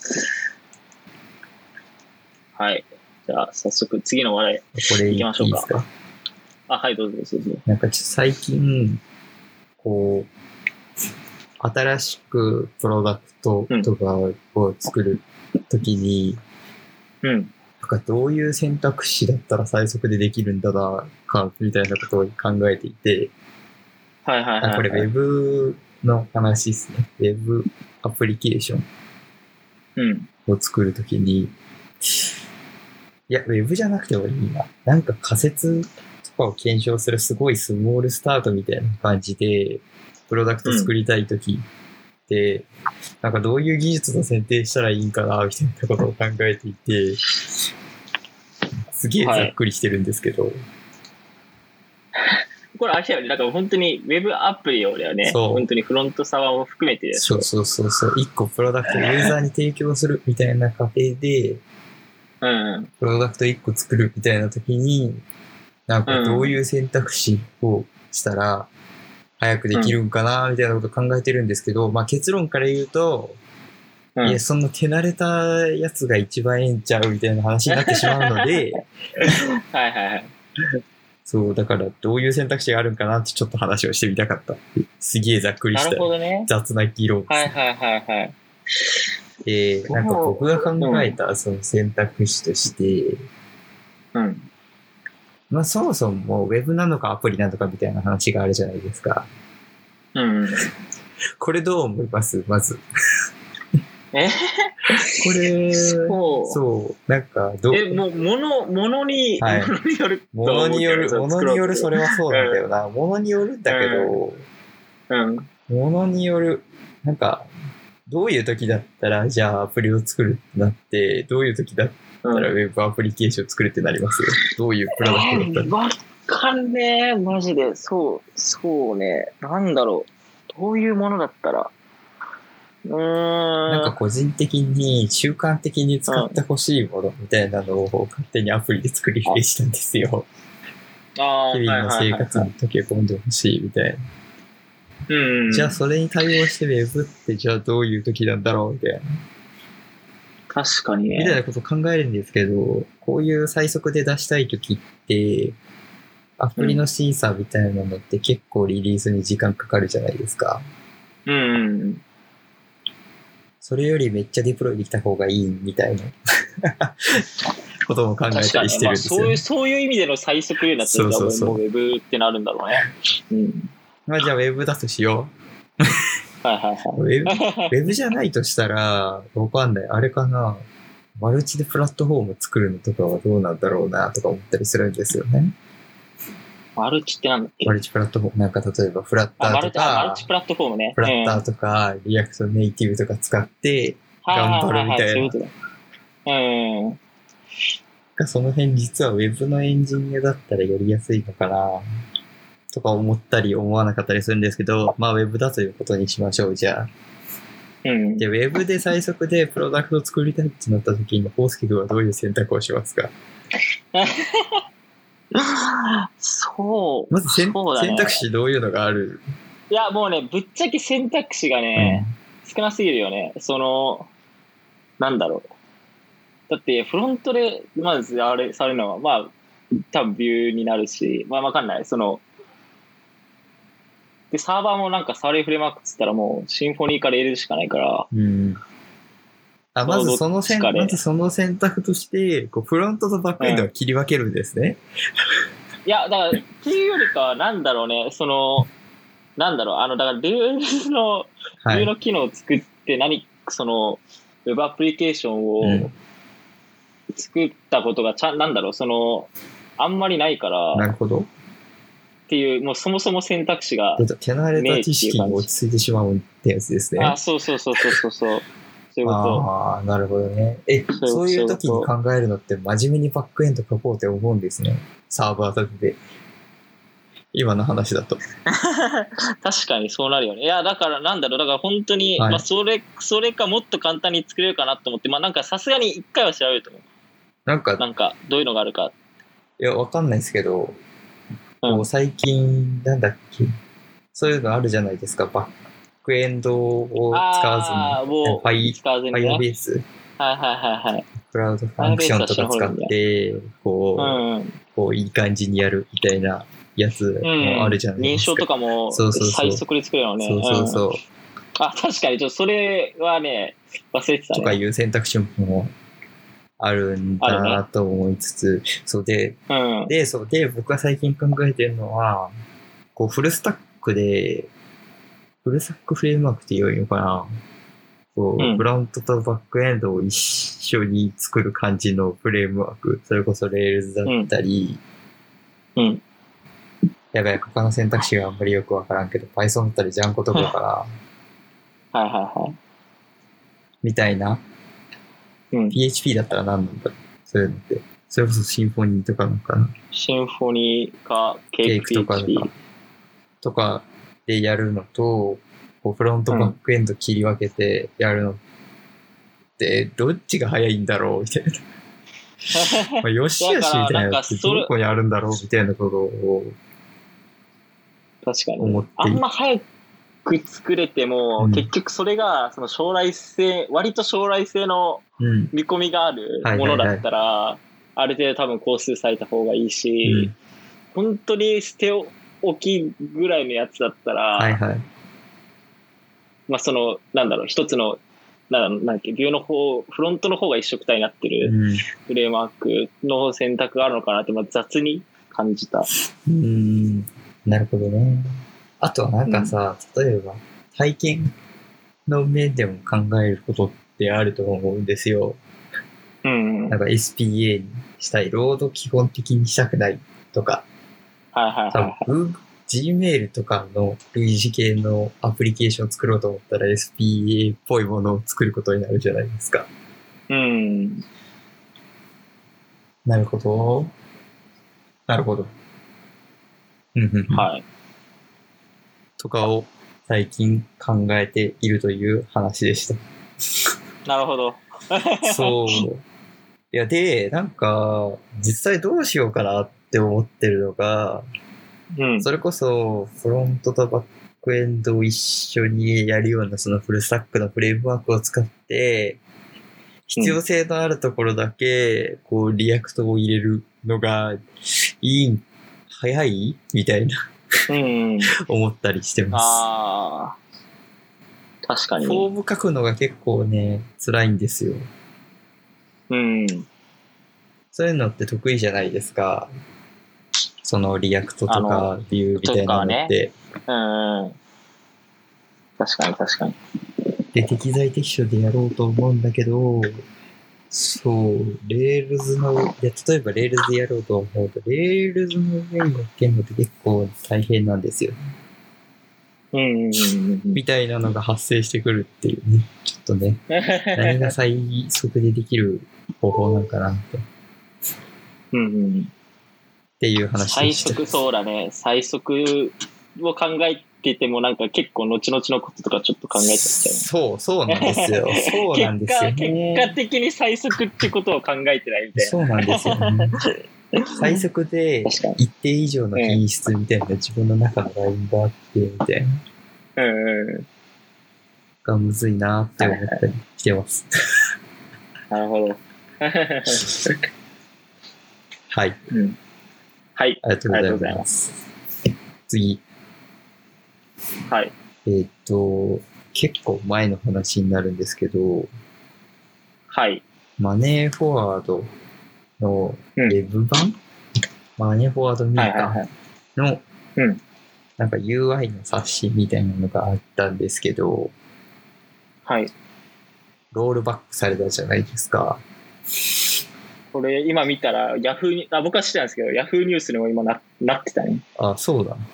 はい。じゃあ、早速、次の話題、行きましょうか。いいですか？はい、どうぞどうぞ。 なんか最近、こう、新しくプロダクトとかを作るときに、なんかどういう選択肢だったら最速でできるんだな、みたいなことを考えていて、これ Web の話ですね。Web アプリケーションを作るときに、いや、ウェブじゃなくてもいいな。なんか仮説とかを検証するすごいスモールスタートみたいな感じで、プロダクト作りたいときって、なんかどういう技術の選定したらいいんかな、みたいなことを考えていて、すげえざっくりしてるんですけど。 これあれだよね、だから本当にウェブアプリをだよね。本当にフロント側も含めて。 そう。一個プロダクトをユーザーに提供するみたいな過程で、プロダクト1個作るみたいな時に、なんかどういう選択肢をしたら早くできるんかなみたいなことを考えてるんですけど、まあ結論から言うと、いや、そんな手慣れたやつが一番ええんちゃうみたいな話になってしまうので、そう、だからどういう選択肢があるんかなってちょっと話をしてみたかった。すげえざっくりした雑な議論ですね。なんか僕が考えたその選択肢として、まあそもそもウェブなのかアプリなのかみたいな話があるじゃないですか。これどう思いますまず。これ、そう、なんかもう、ものによる。 ものによる、それはそうなんだよな。ものによるんだけど、ものによる、なんか、どういう時だったら、じゃあアプリを作るってなって、どういう時だったらウェブアプリケーション作るってなりますよ。どういうプロダクトだったら。 わかんねえ、マジで。そうね。なんだろう。どういうものだったら。 なんか個人的に習慣的に使ってほしいものみたいなのを勝手にアプリで作りしたんですよ。日々の生活に溶け込んでほしいみたいな。じゃあそれに対応して Web ってじゃあどういう時なんだろうみたいな。 確かにね。 みたいなことを考えるんですけど、こういう最速で出したい時って、アプリの審査みたいなのって結構リリースに時間かかるじゃないですか。それよりめっちゃデプロイできた方がいいみたいなことも考えたりしてるんですよ、ね。 そういう意味での最速でなったらもうウェブってなるんだろうね。 まあじゃあウェブだとしよう。ウェブじゃないとしたら、わかんない。あれかな。マルチでプラットフォーム作るのとかはどうなんだろうなとか思ったりするんですよね。 マルチってなんだっけ？ マルチプラットフォーム。なんか例えばフラッターとか、 マルチプラットフォームね。 フラッターとか、リアクトネイティブとか使って頑張るみたいな。 その辺実は Web のエンジニアだったらやりやすいのかなとか思ったり思わなかったりするんですけど、まあ Web だということにしましょう、じゃあ。で、Web で最速でプロダクトを作りたいってなった時に、コウスケ君はどういう選択をしますか？ そう。 まず選ね、 択肢どういうのがある？ いや、もうね、ぶっちゃけ選択肢がね、少なすぎるよね。なんだろう。だって、フロントで、まずされるのは、まあ、多分ビューになるし、まあ、わかんない。で、サーバーもなんか触れるフレームワークっつったらもう、シンフォニーかレールズしかないから。 まずその選択として、フロントとバックエンドは切り分けるんですね。 いや、だから、っていうよりかは、なんだろうね、だからレールズの、ビューの機能を作って、ウェブアプリケーションを作ったことがあんまりないから。 なるほど。 っていう、もうそもそも選択肢が手慣れた知識に落ち着いてしまうってやつですね。 そう。そういうこと。 なるほどね。そういう時に考えるのって真面目にバックエンド書こうって思うんですね。サーバー立てて。今の話だと。 確かにそうなるよね。いや、だからだから本当に、それかもっと簡単に作れるかなと思って、なんかさすがに一回は調べると思う。なんかどういうのがあるか。 いや、わかんないですけど、最近、そういうのあるじゃないですか。バックエンドを使わずに、ファイアベース。クラウドファンクションとか使って、いい感じにやるみたいなやつもあるじゃないですか。 認証とかも最速で作れるのね。 そう。 確かに、それはね、忘れてたね。 とかいう選択肢もあるんだなと思いつつ、で、僕が最近考えてるのは、フルスタックフレームワークって言うのかな。フロントとバックエンドを一緒に作る感じのフレームワーク。それこそ Rails だったり、やばい、他の選択肢があんまりよくわからんけど、Python だったり Django とかから、みたいな。PHP だったら何なんだろう、そういうのって。それこそシンフォニーとかなのかな。 シンフォニーか、ケークとかでやるのと、フロントバックエンド切り分けてやるのって、どっちが早いんだろうみたいな。よしよしみたいなってどこにあるんだろうみたいなことを確かに。あんま早く作れても、結局それが割と将来性の見込みがあるものだったら、ある程度多分工数された方がいいし、本当に捨て置きぐらいのやつだったら、一つの、ビューの方、フロントの方が一色体になってるフレームワークの選択があるのかなって、雑に感じた。 なるほどね。あとは例えば、体験の面でも考えることってあると思うんですよ。SPA にしたい、ロード基本的にしたくないとか。Gmail とかの類似系のアプリケーションを作ろうと思ったら SPA っぽいものを作ることになるじゃないですか。なるほど。とかを最近考えているという話でした。 なるほど。 そう。いや、で、実際どうしようかなって思ってるのが、それこそフロントとバックエンドを一緒にやるようなそのフルスタックのフレームワークを使って、必要性のあるところだけ、リアクトを入れるのが早いみたいな思ったりしてます。確かに。 フォーム書くのが結構ね、辛いんですよ。そういうのって得意じゃないですか。そのリアクトとかビューみたいなのって。 確かに。 で、適材適所でやろうと思うんだけど、例えばレールズでやろうと思うと、レールズの上に乗っけるのって結構大変なんですよ。みたいなのが発生してくるっていうね。ちょっとね、何が最速でできる方法なんかなとうんうん。 っていう話でした。 最速、そうだね。最速を考えててもなんか結構後々のこととかちょっと考えちゃっちゃう。 そうなんですよ。そうなんですよね。 結果的に最速ってことを考えてないみたいな。 そうなんですよね。最速で一定以上の品質みたいな自分の中のラインがあってみたいな。がむずいなって思ったりしてます。 なるほど。 はい。 はい。 ありがとうございます。次。 はい。 結構前の話になるんですけど、 はい。 マネーフォワードのウェブ版、マネーフォワードミーカーの、なんか UI の冊子みたいなのがあったんですけど、 はい。 ロールバックされたじゃないですか。 これ今見たらヤフーに、僕は知ってたんですけど、ヤフーニュースにも今 なってたね。 あ、そうだ。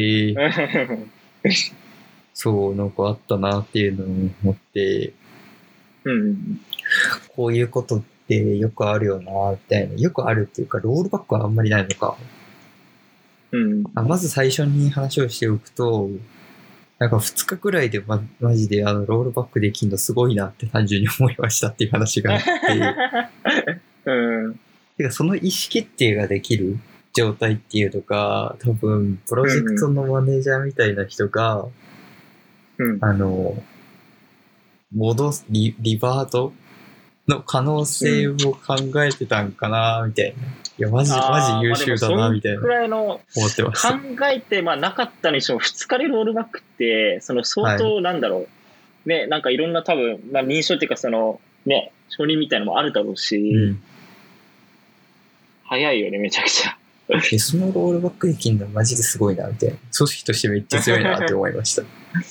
そう、なんかあったなっていうのを思って、こういうことってよくあるよな、みたいな。よくあるっていうか、ロールバックはあんまりないのか。まず最初に話をしておくと、なんか2日くらいでマジでロールバックできるのすごいなって単純に思いましたっていう話があって。てかその意思決定ができる状態っていうのが、多分、プロジェクトのマネージャーみたいな人が、リバートの可能性を考えてたんかな、みたいな。いや、マジ優秀だな、みたいな。 くらいの思ってました。 考えて、なかったにしても、2日でロールバックって、相当なんだろう。ね、なんかいろんな多分、認証っていうか、ね、承認みたいなのもあるだろうし、早いよね、めちゃくちゃ。 そのロールバックできるのマジですごいな、みたいな。組織としてめっちゃ強いなって思いました。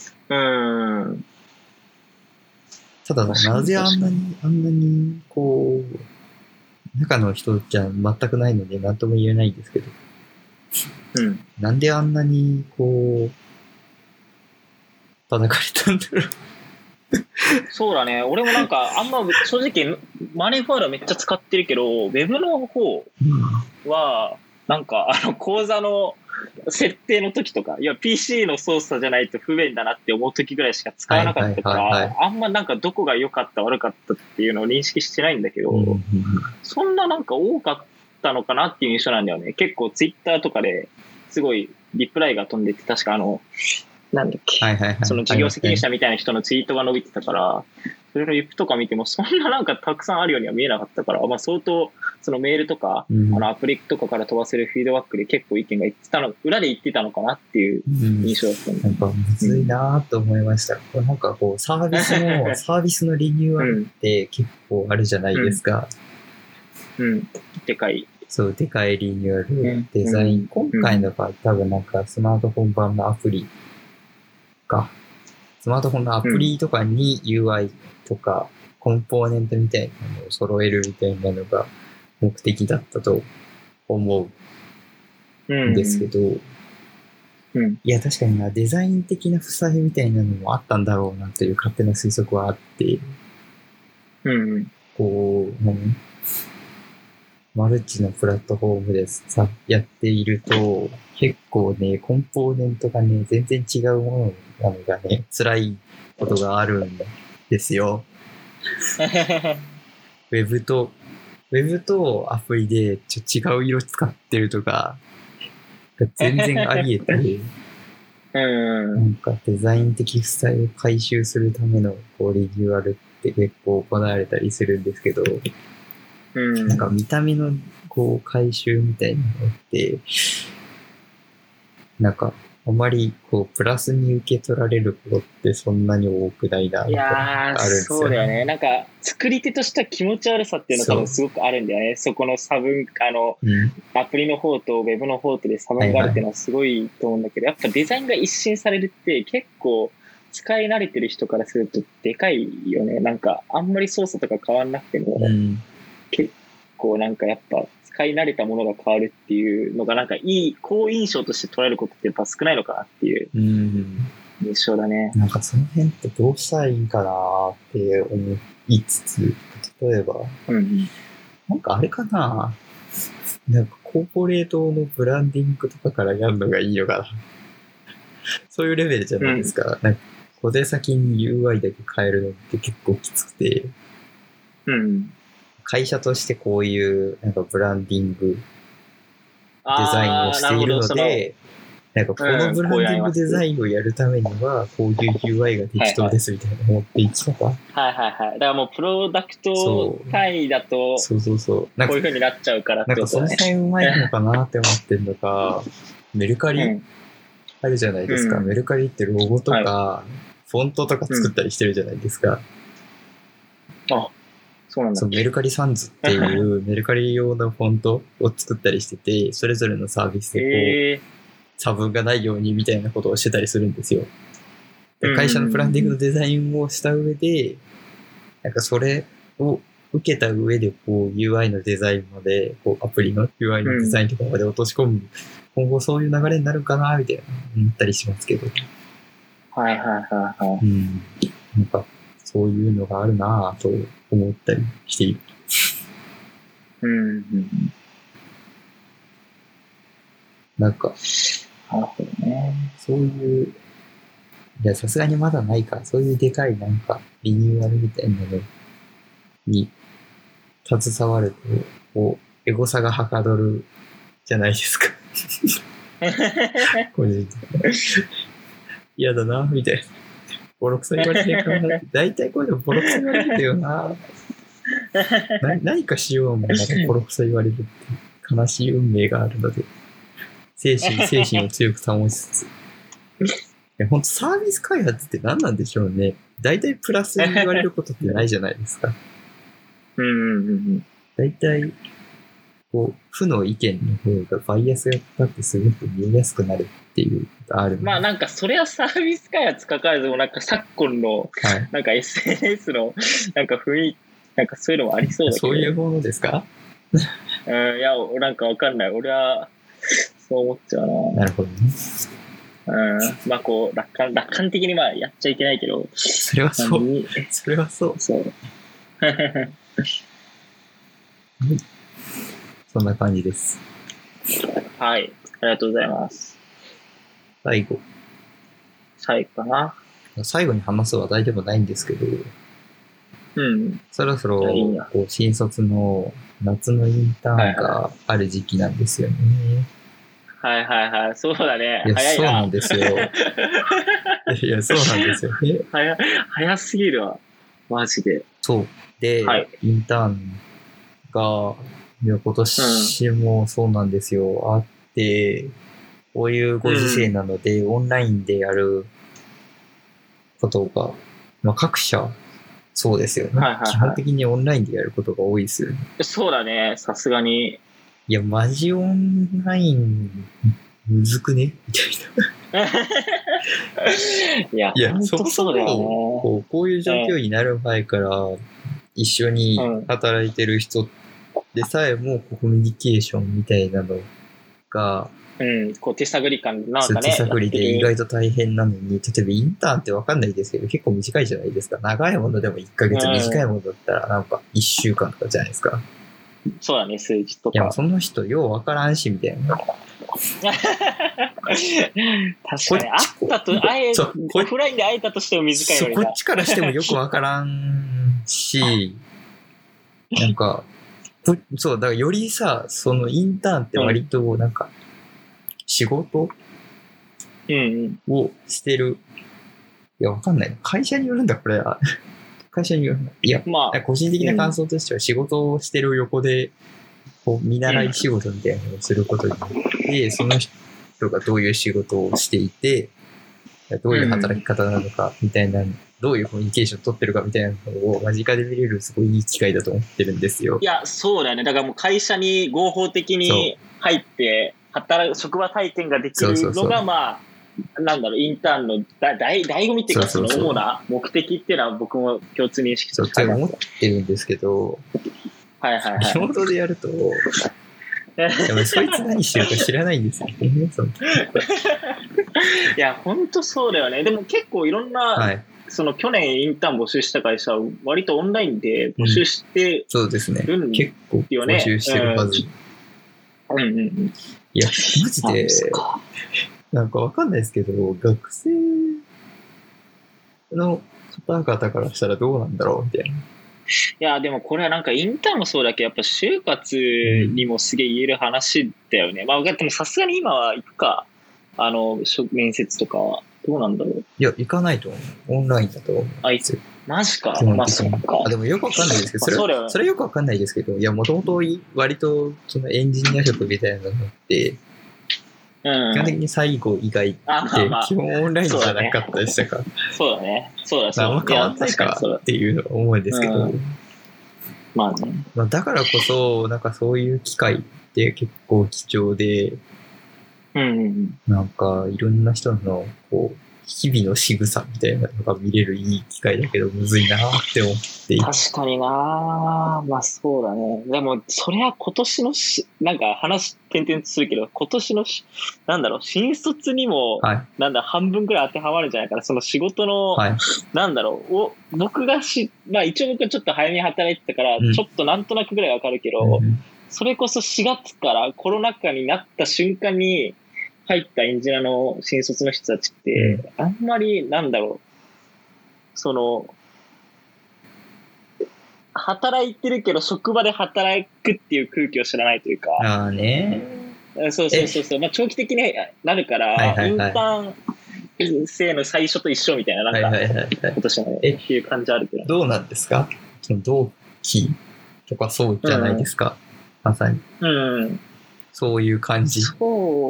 ただ、なぜあんなに、こう、中の人じゃ全くないので何とも言えないんですけど、なんであんなに、こう、叩かれたんだろう。 そうだね。俺もなんか、あんま正直、マネーフォワードめっちゃ使ってるけど、ウェブの方は、なんか、講座の設定の時とか、いや、PC の操作じゃないと不便だなって思う時ぐらいしか使わなかったから、あんまなんかどこが良かった悪かったっていうのを認識してないんだけど、そんななんか多かったのかなっていう印象なんだよね。結構 Twitter とかですごいリプライが飛んでて、確かなんだっけ、その事業責任者みたいな人のツイートが伸びてたから、それのリプとか見てもそんななんかたくさんあるようには見えなかったから、相当そのメールとか、アプリとかから飛ばせるフィードバックで結構意見が裏で言ってたのかなっていう印象だったんで、 なんかむずいなと思いました。なんかこうサービスのリニューアルって結構あるじゃないですか。 でかい。 そう、でかいリニューアル、デザイン。今回の場合多分なんかスマートフォン版のアプリスマートフォンのアプリとかに UI とかコンポーネントみたいなのを揃えるみたいなのが目的だったと思うんですけど、いや確かにデザイン的な負債みたいなのもあったんだろうなという勝手な推測はあって、こう、マルチのプラットフォームでやっていると、結構ね、コンポーネントがね、全然違うものなのがね、辛いことがあるんですよ。ウェブとアプリで違う色使ってるとか、全然あり得て、なんかデザイン的負債を回収するためのリニューアルって結構行われたりするんですけど、なんか見た目の回収みたいなのって、なんかあまりプラスに受け取られることってそんなに多くないなってあるんですよね。 そうだよね。なんか作り手とした気持ち悪さっていうのが多分すごくあるんだよね。そこの差分、アプリの方とウェブの方とで差分があるっていうのはすごいと思うんだけど、やっぱデザインが一新されるって結構使い慣れてる人からするとでかいよね。なんかあんまり操作とか変わんなくても、結構なんかやっぱ使い慣れたものが変わるっていうのがなんか好印象として捉えることってやっぱ少ないのかなっていう印象だね。 なんかその辺ってどうしたらいいかなって思いつつ、例えば、なんかあれかな、 なんかコーポレートのブランディングとかからやるのがいいのかな。そういうレベルじゃないですか。なんか小手先に UI だけ変えるのって結構きつくて、会社としてこういうなんかブランディングデザインをしているので、なんかこのブランディングデザインをやるためにはこういう UI が適当ですみたいな思っていきとか。 はいはいはい。だからもうプロダクト単位だと、こういう風になっちゃうからってことね。なんかその辺うまいのかなって思ってるのが、メルカリあるじゃないですか。メルカリってロゴとか、フォントとか作ったりしてるじゃないですか。 あ、そうなんだ。 メルカリサンズっていうメルカリ用のフォントを作ったりしてて、それぞれのサービスでこう、差分がないようにみたいなことをしてたりするんですよ。会社のブランディングのデザインをした上で、なんかそれを受けた上でこう UI のデザインまで、こうアプリの UI のデザインとかまで落とし込む、今後そういう流れになるかなみたいな思ったりしますけど。 はいはいはいはい。 なんかそういうのがあるなぁと思ったりしている。なんか、そういう、いや、さすがにまだないか、そういうでかいなんか、リニューアルみたいなのに、携わると、こう、エゴサがはかどるじゃないですか。個人的に。嫌だな、みたいな。ボロクソ言われてるから、大体こういうのボロクソ言われるんだよな。何かしようもなんかボロクソ言われるって悲しい運命があるので、精神を強く保ちつつ。本当サービス開発って何なんでしょうね。大体プラスに言われることってないじゃないですか。大体、こう、負の意見の方がバイアスがかかってすごく見えやすくなるっていうことがある。 まあなんかそれはサービス開発かかるでもなんか昨今のなんか SNS のなんか雰囲気、なんかそういうのもありそうだけど。 そういうものですか？ いや、なんかわかんない。俺はそう思っちゃうな。 なるほどね。 まあこう楽観的にまあやっちゃいけないけど。 それはそう。それはそう。 そう。 そんな感じです。 はい。ありがとうございます。最後かな。 最後に話す話題でもないんですけど、そろそろこう新卒の夏のインターンがある時期なんですよね。 はいはいはい。そうだね。 いや、そうなんですよ。いや、そうなんですよね。 早すぎるわ。マジで。 そう。で、インターンが、いや今年もそうなんですよ。あって、こういうご時世なので、オンラインでやることが、まあ、各社、そうですよね、基本的にオンラインでやることが多いですよね。 そうだね、さすがに。 いや、マジオンライン、むずくねみたいな。いや、そもそもこういう状況になる前から、一緒に働いてる人でさえも、コミュニケーションみたいなのが、 こう手探り感なんかね。 手探りで意外と大変なのに、例えばインターンって分かんないですけど、結構短いじゃないですか。長いものでも1ヶ月、短いものだったらなんか1週間とかじゃないですか。 そうだね、数日とか。 いや、その人よう分からんし、みたいな。 確かに、オフラインで会えたとしても短いのにこっちからしてもよく分からんし、なんか、そう、だからよりさ、そのインターンって割となんか、仕事をしてる。いや、わかんない。会社によるんだ、これは。会社によるんだ。いや、まあ、個人的な感想としては、仕事をしてる横で、こう、見習い仕事みたいなのをすることによって、その人がどういう仕事をしていて、どういう働き方なのか、みたいな、どういうコミュニケーションを取ってるかみたいなのを間近で見れるすごいいい機会だと思ってるんですよ。 いや、そうだよね。だからもう会社に合法的に入って、職場体験ができるのが、まあ、なんだろう、インターンの醍醐味っていうか、その主な目的っていうのは僕も共通認識として思ってるんですけど、リモートでやると、でもそいつ何してるか知らないんですよね。 いや、ほんとそうだよね。でも結構いろんな、その去年インターン募集した会社は割とオンラインで募集してるんだよね。 そうですね。結構募集してるはず。 うんうんうん。 いや、マジで、なんかわかんないですけど、学生の方々からしたらどうなんだろうみたいな。 いや、でもこれはなんかインターンもそうだけど、やっぱ就活にもすげえ言える話だよね。まあ、でもさすがに今は行くか、面接とかは。どうなんだろう。 いや、行かないと思う。オンラインだと思う。 あ、マジか。 まあ、そっか。でもよくわかんないですけど、それよくわかんないですけど、いや、もともと割とそのエンジニア職みたいなのって、基本的に最後以外って基本オンラインじゃなかったでしたか。 そうだね。そうだ、そうだ。 あんま変わんないかっていうのは思うんですけど。 まあね。 だからこそ、なんかそういう機会って結構貴重で、なんかいろんな人のこう日々の仕草みたいなのが見れるいい機会だけどむずいなって思っていて。 確かにな。まあそうだね。でもそれは今年のなんか話転々とするけど、今年のなんだろう、新卒にも、なんだ半分くらい当てはまるんじゃないかな。その仕事の、なんだろう、僕がまあ一応僕はちょっと早めに働いてたから、ちょっとなんとなくぐらいわかるけど、それこそ4月からコロナ禍になった瞬間に入ったエンジニアの新卒の人たちって、あんまりなんだろう、その、働いてるけど職場で働くっていう空気を知らないというか。 ああね。 そう。まあ長期的になるから、インターン生の最初と一緒みたいな、なんか、今年のっていう感じあるけど。 どうなんですか？その同期とかそうじゃないですか。まさに。そういう感じ。 そう。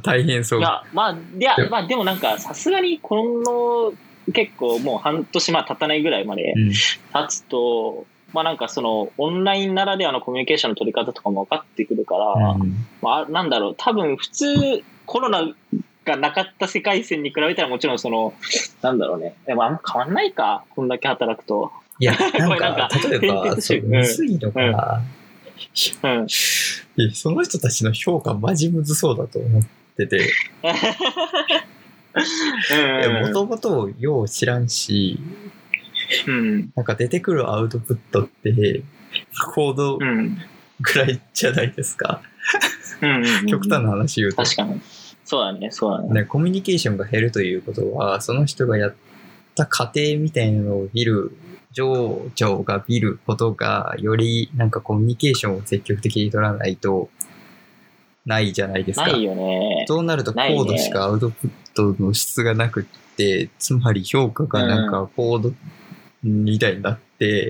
大変そう。 いや、まあでもなんか、さすがにこの、結構もう半年経たないぐらいまで経つと、まあなんかそのオンラインならではのコミュニケーションの取り方とかも分かってくるから、まあなんだろう、多分普通コロナがなかった世界線に比べたらもちろんその、なんだろうね、でもあんま変わんないか、こんだけ働くと。 いや、なんか例えば、むずいのが、その人たちの評価マジむずそうだと思ってて。もともとよう知らんし、なんか出てくるアウトプットってコードぐらいじゃないですか。極端な話言うと。 確かに。そうだね。 コミュニケーションが減るということは、その人がやった過程みたいなのを見る、上長が見ることが、よりなんかコミュニケーションを積極的に取らないと、ないじゃないですか。 ないよね。 そうなるとコードしかアウトプットの質がなくって、つまり評価がなんかコードみたいになって、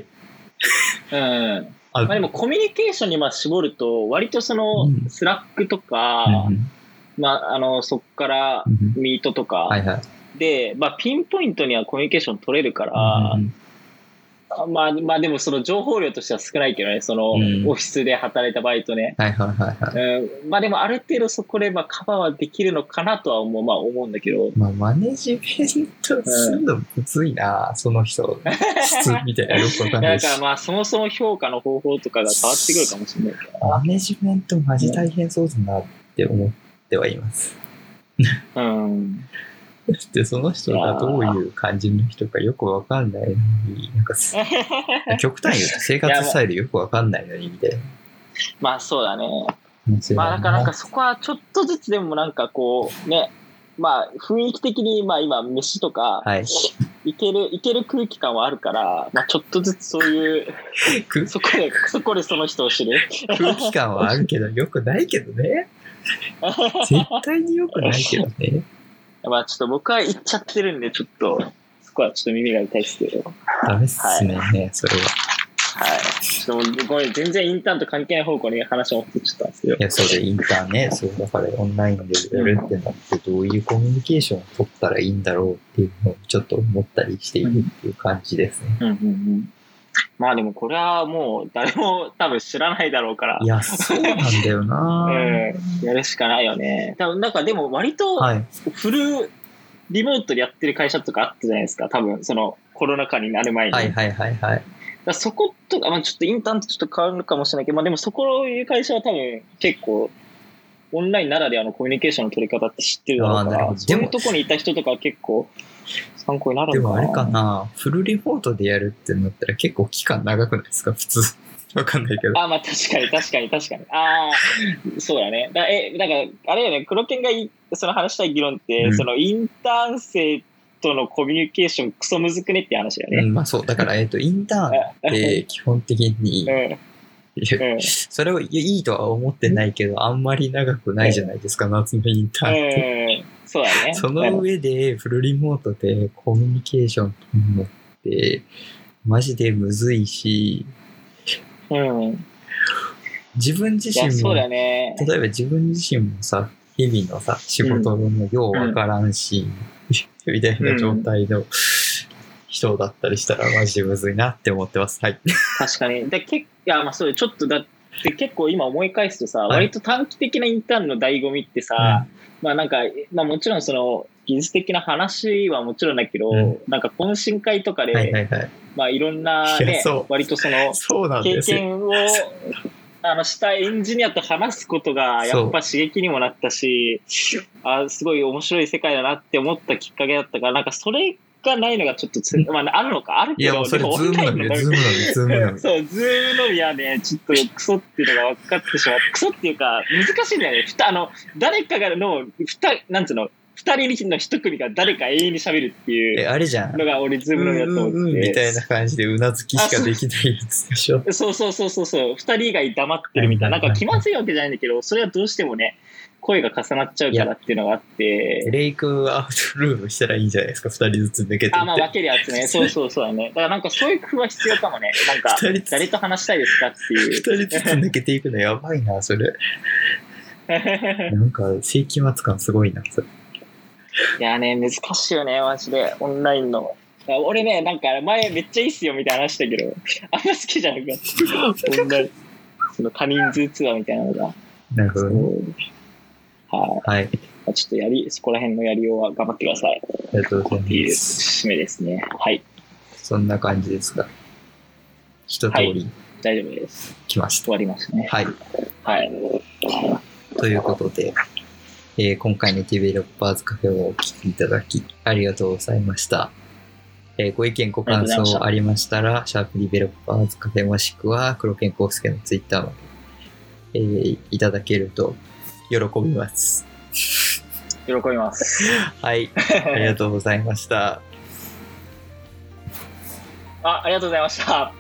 まあでもコミュニケーションに絞ると、割とそのスラックとか、まあそっからミートとかで、まあピンポイントにはコミュニケーション取れるから、まあでもその情報量としては少ないけどね、そのオフィスで働いた場合とね。まあでもある程度そこでカバーはできるのかなとは思うんだけど。 まあマネジメントするのむずいな、その人質みたいなよくわかんないし。 だからまあそもそも評価の方法とかが変わってくるかもしれないけど。 マネジメントマジ大変そうだなって思ってはいます。でその人がどういう感じの人かよくわかんないのに、なんか極端に言うと生活スタイルよくわかんないのにみたいな。 まあそうだね。まあなんかそこはちょっとずつでもなんかこうね、まあ雰囲気的にまあ今飯とか、いける空気感はあるから、まあちょっとずつそういうそこでその人を知る空気感はあるけどよくないけどね。絶対によくないけどね。 まあちょっと僕は言っちゃってるんで、ちょっと、そこはちょっと耳が痛いですけど。 ダメっすね、それは。 ちょっとごめん、全然インターンと関係ない方向に話を持ってっちゃったんですけど。 いや、そうで、インターンね、そう、だからオンラインでやるってなって、どういうコミュニケーションを取ったらいいんだろうっていうのをちょっと思ったりしているっていう感じですね。 まあでもこれはもう誰も多分知らないだろうから。 いや、そうなんだよなやるしかないよね。多分なんかでも割とフルリモートでやってる会社とかあったじゃないですか。多分そのコロナ禍になる前に。だそことか、まあちょっとインターンとちょっと変わるかもしれないけど、まあでもそういう会社は多分結構オンラインならではのコミュニケーションの取り方って知ってるだろうから、そういうとこにいた人とか結構参考になるのかな。 でもあれかな、フルリモートでやるってなったら結構期間長くないですか、普通。 わかんないけど。 まあ確かに。そうだね。なんか、あれよね、黒犬がその話したい議論って、そのインターン生とのコミュニケーションクソむずくねって話だよね。 まあそう、だから、インターンって基本的に、それをいいとは思ってないけど、あんまり長くないじゃないですか、夏のインターンって。 そうだね。 その上で、フルリモートでコミュニケーション取るのって、マジでむずいし、自分自身も、例えば自分自身もさ、日々のさ、仕事のようわからんし、みたいな状態の人だったりしたらマジでむずいなって思ってます。はい。 確かに。そう、ちょっとだって結構今思い返すとさ、割と短期的なインターンの醍醐味ってさ、なんか、もちろんその、技術的な話はもちろんだけど、なんか懇親会とかで、いろんなね、割とその、経験を、したエンジニアと話すことがやっぱ刺激にもなったし、すごい面白い世界だなって思ったきっかけだったから、なんかそれがないのがちょっとあるのか、あるけど、 いや、それズームのみ、ズームのみ。 そう、ズームのみはね、ちょっとクソっていうのが分かってしまう。クソっていうか、難しいんだよね。誰かがなんつうの、二人の一組が誰か永遠に喋るっていうあれじゃんのが俺ズームのみだと思って。 みたいな感じでうなずきしかできないやつでしょ。 そう。二人以外黙ってるみたいな。なんか気まずいわけじゃないんだけど、それはどうしてもね、声が重なっちゃうからっていうのがあって。 レイクアウトルームしたらいいんじゃないですか、二人ずつ抜けてって。 分けるやつね。そうだね。だからなんかそういう工夫は必要かもね。なんか、誰と話したいですかっていう。 二人ずつ抜けていくのやばいな、それ。なんか、世紀末感すごいな、それ。 いやね、難しいよね、マジで。オンラインの。俺ね、なんか前めっちゃいいっすよみたいな話したけど、あんま好きじゃなくなった。オンライン。その多人数ツアーみたいなのが。 なるほどね。 はい。ちょっとそこら辺のやりようは頑張ってください。 ありがとうございます。 っていう締めですね。はい。 そんな感じですか。一通り。 大丈夫です。 来ました。 終わりましたね。 はい。ということで、今回のディベロッパーズカフェをお聞きいただきありがとうございました。ご意見ご感想ありましたら、シャープディベロッパーズカフェもしくは黒犬康介のツイッターまで、いただけると喜びます。 喜びます。 はい。ありがとうございました。 ありがとうございました。